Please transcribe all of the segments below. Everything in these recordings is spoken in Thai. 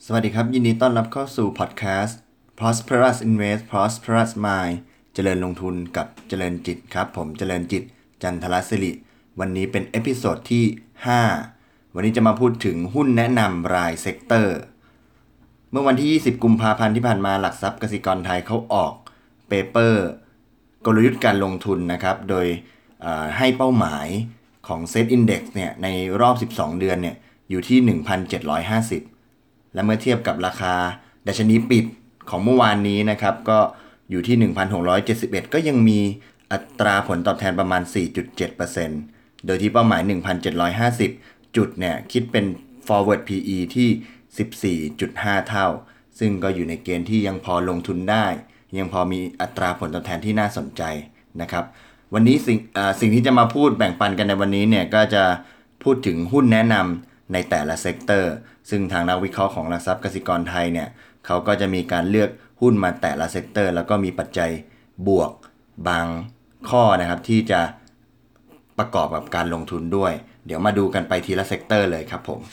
สวัสดีครับยินดีต้อนรับเข้าสู่พอดแคสต์ Prosperous Invest Prosperous Mind เจริญลงทุนกับเจริญจิตครับผมเจริญจิตจันทรศิริวันนี้เป็นเอพิโซดที่5วันนี้จะมาพูดถึงหุ้นแนะนำรายเซกเตอร์เมื่อวันที่20กุมภาพันธ์ที่ผ่านมาหลักทรัพย์กสิกรไทยเขาออกเปเปอร์กลยุทธ์การลงทุนนะครับโดยให้เป้าหมายของ Set Index เนี่ยในรอบ12เดือนเนี่ยอยู่ที่ 1,750 และเมื่อเทียบกับราคาดัชนีปิดของเมื่อวานนี้นะครับก็อยู่ที่ 1,671 ก็ยังมีอัตราผลตอบแทนประมาณ 4.7% โดยที่เป้าหมาย 1,750 จุดเนี่ยคิดเป็น forward PE ที่ 14.5 เท่าซึ่งก็อยู่ในเกณฑ์ที่ยังพอลงทุนได้ยังพอมีอัตราผลตอบแทนที่น่าสนใจนะครับวันนี้สิ่งที่จะมาพูดแบ่งปันกันในวันนี้เนี่ยก็จะพูดถึงหุ้นแนะนำในแต่ละเซกเตอร์ซึ่งทางนักวิเคราะห์ของหลักทรัพย์กสิกรไทยเนี่ยเขาก็จะมีการเลือกหุ้นมาแต่ละเซกเตอร์แล้วก็มีปัจจัยบวกบางข้อนะครับที่จะประกอบกับการลงทุนด้วยเดี๋ยวมาดูกันไปทีละเซกเตอร์เลยครับผม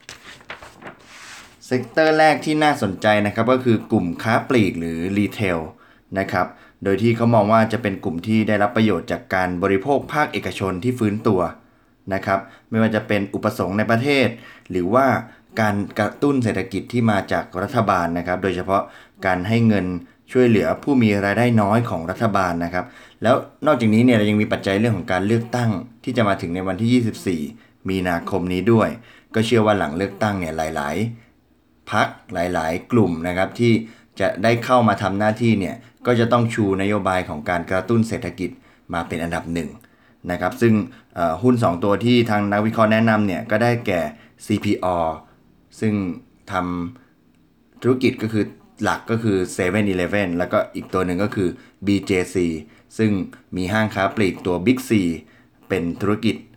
เซกเตอร์แรกที่น่าสนใจนะครับก็คือกลุ่มค้าปลีกหรือรีเทลนะครับโดยที่เขามองว่าจะเป็นกลุ่มที่ได้รับประโยชน์จากการบริโภคภาคเอกชนที่ฟื้นตัวนะครับไม่ว่าจะเป็นอุปสงค์ในประเทศหรือว่าการกระตุ้นเศรษฐกิจที่มาจากรัฐบาลนะครับโดยเฉพาะการให้เงินช่วยเหลือผู้มีรายได้น้อยของรัฐบาลนะครับแล้วนอกจากนี้เนี่ยเรายังมีปัจจัยเรื่องของการเลือกตั้งที่จะมาถึงในวันที่24มีนาคมนี้ด้วยก็เชื่อว่าหลังเลือกตั้งเนี่ยหลายๆพรรคหลายๆกลุ่มนะครับที่จะได้เข้ามาทำหน้าที่เนี่ยก็จะต้องชูนโยบายของการกระตุ้นเศรษฐกิจมาเป็นอันดับหนึ่งนะครับซึ่งหุ้น2ตัวที่ทางนักวิเคราะห์แนะนำเนี่ยก็ได้แก่ CPO ซึ่งทำธุรกิจก็คือหลักก็คือ 7-Eleven แล้วก็อีกตัวหนึ่งก็คือ BJC ซึ่งมีห้างค้าปลีกตัว Big C เป็นธุรกิจ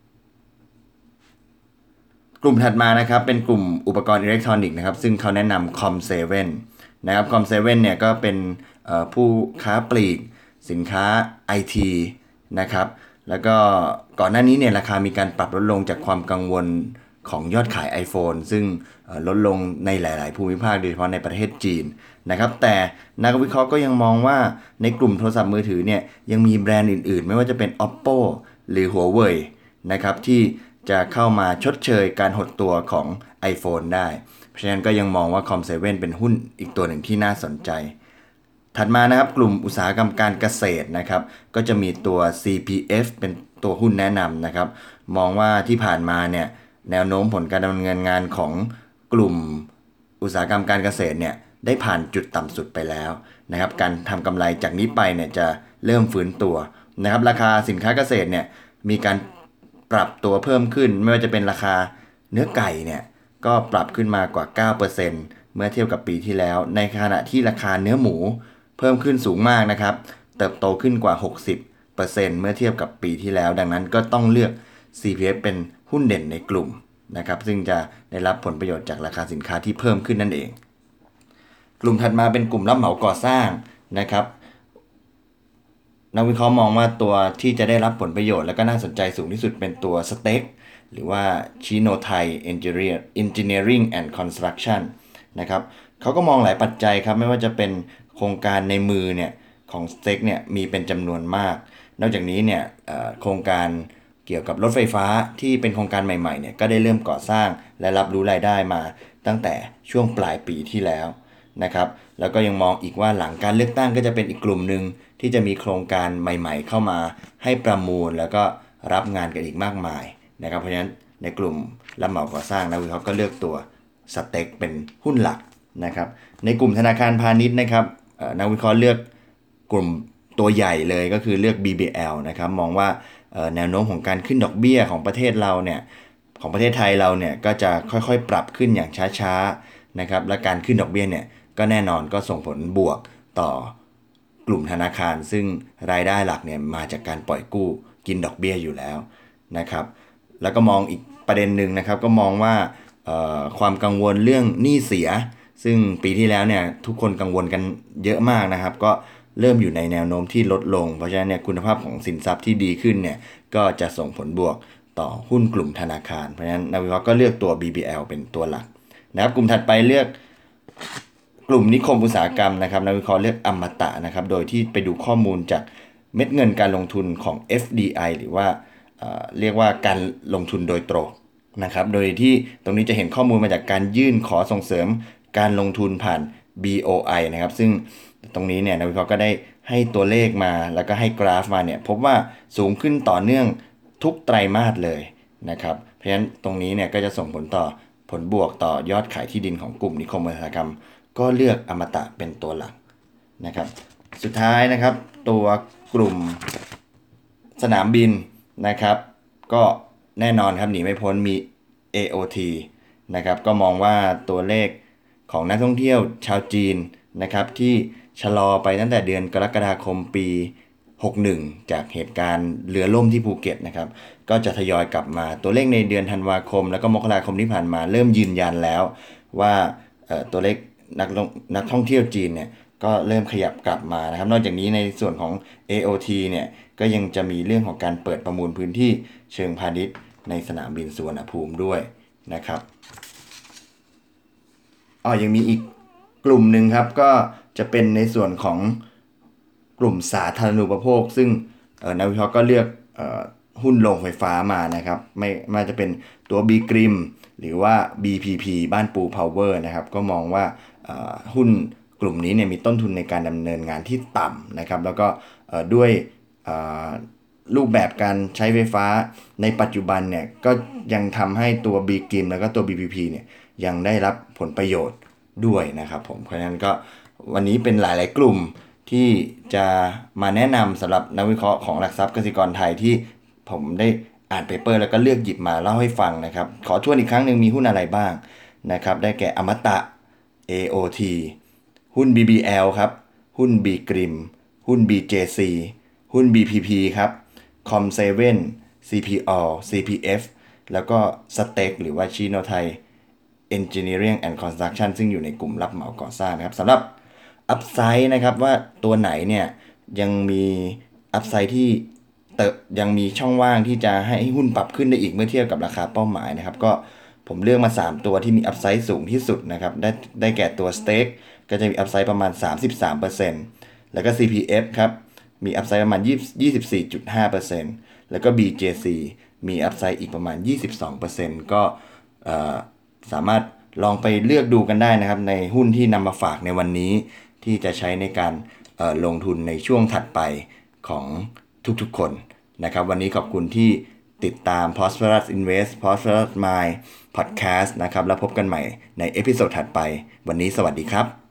กลุ่มถัดมานะครับเป็นกลุ่มอุปกรณ์อิเล็กทรอนิกส์นะครับซึ่งเขาแนะนำ Com7 นะครับ Com7 เนี่ยก็เป็นผู้ค้าปลีกสินค้า IT นะครับแล้วก็ก่อนหน้านี้เนี่ยราคามีการปรับลดลงจากความกังวลของยอดขาย iPhone ซึ่งลดลงในหลายๆภูมิภาคโดยเฉพาะในประเทศจีนนะครับแต่นักวิเคราะห์ก็ยังมองว่าในกลุ่มโทรศัพท์มือถือเนี่ยยังมีแบรนด์อื่นๆไม่ว่าจะเป็น Oppo หรือ Huawei นะครับที่จะเข้ามาชดเชยการหดตัวของ iPhone ได้เพราะฉะนั้นก็ยังมองว่า Com7 เป็นหุ้นอีกตัวหนึ่งที่น่าสนใจถัดมานะครับกลุ่มอุตสาหกรรมการเกษตรนะครับก็จะมีตัว CPF เป็นตัวหุ้นแนะนำนะครับมองว่าที่ผ่านมาเนี่ยแนวโน้มผลการดำเนินงานของกลุ่มอุตสาหกรรมการเกษตรเนี่ยได้ผ่านจุดต่ำสุดไปแล้วนะครับการทำกำไรจากนี้ไปเนี่ยจะเริ่มฟื้นตัวนะครับราคาสินค้าเกษตรเนี่ยมีการปรับตัวเพิ่มขึ้นไม่ว่าจะเป็นราคาเนื้อไก่เนี่ยก็ปรับขึ้นมากว่า 9% เมื่อเทียบกับปีที่แล้วในขณะที่ราคาเนื้อหมูเพิ่มขึ้นสูงมากนะครับเติบโตขึ้นกว่า 60% เมื่อเทียบกับปีที่แล้วดังนั้นก็ต้องเลือก CPF เป็นหุ้นเด่นในกลุ่มนะครับซึ่งจะได้รับผลประโยชน์จากราคาสินค้าที่เพิ่มขึ้นนั่นเองกลุ่มถัดมาเป็นกลุ่มรับเหมาก่อสร้างนะครับนักวิเคราะห์มองว่าตัวที่จะได้รับผลประโยชน์และก็น่าสนใจสูงที่สุดเป็นตัวสเต็กหรือว่าชิโนไทย Engineering and Construction นะครับเขาก็มองหลายปัจจัยครับไม่ว่าจะเป็นโครงการในมือเนี่ยของสเต็กเนี่ยมีเป็นจำนวนมากนอกจากนี้เนี่ยโครงการเกี่ยวกับรถไฟฟ้าที่เป็นโครงการใหม่ๆเนี่ยก็ได้เริ่มก่อสร้างและรับรู้รายได้มาตั้งแต่ช่วงปลายปีที่แล้วนะครับแล้วก็ยังมองอีกว่าหลังการเลือกตั้งก็จะเป็นอีกกลุ่มหนึ่งที่จะมีโครงการใหม่ๆเข้ามาให้ประมูลแล้วก็รับงานกันอีกมากมายนะครับเพราะฉะนั้นในกลุ่มรับเหมาก่อสร้างนักวิเคราะห์ก็เลือกตัวสเต็กเป็นหุ้นหลักนะครับในกลุ่มธนาคารพาณิชย์นะครับนักวิเคราะห์เลือกกลุ่มตัวใหญ่เลยก็คือเลือก BBL นะครับมองว่าแนวโน้มของการขึ้นดอกเบี้ยของประเทศเราเนี่ยของประเทศไทยเราเนี่ยก็จะค่อยๆปรับขึ้นอย่างช้าๆนะครับและการขึ้นดอกเบี้ยเนี่ยก็แน่นอนก็ส่งผลบวกต่อกลุ่มธนาคารซึ่งรายได้หลักเนี่ยมาจากการปล่อยกู้กินดอกเบี้ยอยู่แล้วนะครับแล้วก็มองอีกประเด็นหนึ่งนะครับก็มองว่าความกังวลเรื่องหนี้เสียซึ่งปีที่แล้วเนี่ยทุกคนกังวลกันเยอะมากนะครับก็เริ่มอยู่ในแนวโน้มที่ลดลงเพราะฉะนั้นเนี่ยคุณภาพของสินทรัพย์ที่ดีขึ้นเนี่ยก็จะส่งผลบวกต่อหุ้นกลุ่มธนาคารเพราะฉะนั้นนักวิเคราะห์ก็เลือกตัว BBL เป็นตัวหลักนะครับกลุ่มถัดไปเลือกกลุ่มนิคมอุตสาหกรรมนะครับนักวิเคราะห์เลือกอมตะนะครับโดยที่ไปดูข้อมูลจากเม็ดเงินการลงทุนของ FDI หรือว่าเรียกว่าการลงทุนโดยตรงนะครับโดยที่ตรงนี้จะเห็นข้อมูลมาจากการยื่นขอส่งเสริมการลงทุนผ่าน BOI นะครับซึ่งตรงนี้เนี่ยนักวิเคราะห์ก็ได้ให้ตัวเลขมาแล้วก็ให้กราฟมาเนี่ยพบว่าสูงขึ้นต่อเนื่องทุกไตรมาสเลยนะครับเพราะฉะนั้นตรงนี้เนี่ยก็จะส่งผลต่อผลบวกต่อยอดขายที่ดินของกลุ่มนิคมอุตสาหกรรมก็เลือกอมตะเป็นตัวหลักนะครับสุดท้ายนะครับตัวกลุ่มสนามบินนะครับก็แน่นอนครับหนีไม่พ้นมี AOT นะครับก็มองว่าตัวเลขของนักท่องเที่ยวชาวจีนนะครับที่ชะลอไปตั้งแต่เดือนกรกฎาคมปี61จากเหตุการณ์เรือล่มที่ภูเก็ตนะครับก็จะทยอยกลับมาตัวเลขในเดือนธันวาคมแล้วก็มกราคมที่ผ่านมาเริ่มยืนยันแล้วว่าตัวเลขนักท่องเที่ยวจีนเนี่ยก็เริ่มขยับกลับมานะครับนอกจากนี้ในส่วนของ AOT เนี่ยก็ยังจะมีเรื่องของการเปิดประมูลพื้นที่เชิงพาณิชย์ในสนามบินสุวรรณภูมิด้วยนะครับยังมีอีกกลุ่มหนึ่งครับก็จะเป็นในส่วนของกลุ่มสาธารณูปโภคซึ่งนักวิเคราะห์ก็เลือกหุ้นโรงไฟฟ้ามานะครับไม่จะเป็นตัว B กริมหรือว่า BPP บ้านปูพาวเวอร์นะครับก็มองว่าหุ้นกลุ่มนี้เนี่ยมีต้นทุนในการดำเนินงานที่ต่ำนะครับแล้วก็ด้วยรูปแบบการใช้ไฟฟ้าในปัจจุบันเนี่ยก็ยังทำให้ตัว B กริมแล้วก็ตัว BPP เนี่ยยังได้รับผลประโยชน์ด้วยนะครับผมเพราะฉะนั้นก็วันนี้เป็นหลายๆกลุ่มที่จะมาแนะนำสำหรับนักวิเคราะห์ของหลักทรัพย์กสิกรไทยที่ผมได้อ่านเปเปอร์แล้วก็เลือกหยิบมาเล่าให้ฟังนะครับขอทวนอีกครั้งหนึ่งมีหุ้นอะไรบ้างนะครับได้แก่อมตะ AOT หุ้น BBL ครับหุ้น B กริมหุ้น BJC หุ้น BPP ครับ Com7 CPO CPF แล้วก็ STEC หรือว่าชิโนไทย Engineering and Construction ซึ่งอยู่ในกลุ่มรับเหมาก่อสร้างนะครับสำหรับอัพไซด์นะครับว่าตัวไหนเนี่ยยังมีอัพไซด์ที่ยังมีช่องว่างที่จะให้หุ้นปรับขึ้นได้อีกเมื่อเทียบกับราคาเป้าหมายนะครับก็ผมเลือกมา3ตัวที่มีอัพไซด์สูงที่สุดนะครับได้แก่ตัว Stake ก็จะมีอัพไซด์ประมาณ 33% แล้วก็ CPF ครับมีอัพไซด์ประมาณ 24.5% แล้วก็ BJC มีอัพไซด์อีกประมาณ 22% ก็สามารถลองไปเลือกดูกันได้นะครับในหุ้นที่นำมาฝากในวันนี้ที่จะใช้ในการลงทุนในช่วงถัดไปของทุกๆคนนะครับวันนี้ขอบคุณที่ติดตาม Prosperous Invest Prosperous Mind Podcast นะครับแล้วพบกันใหม่ในเอพิโซดถัดไปวันนี้สวัสดีครับ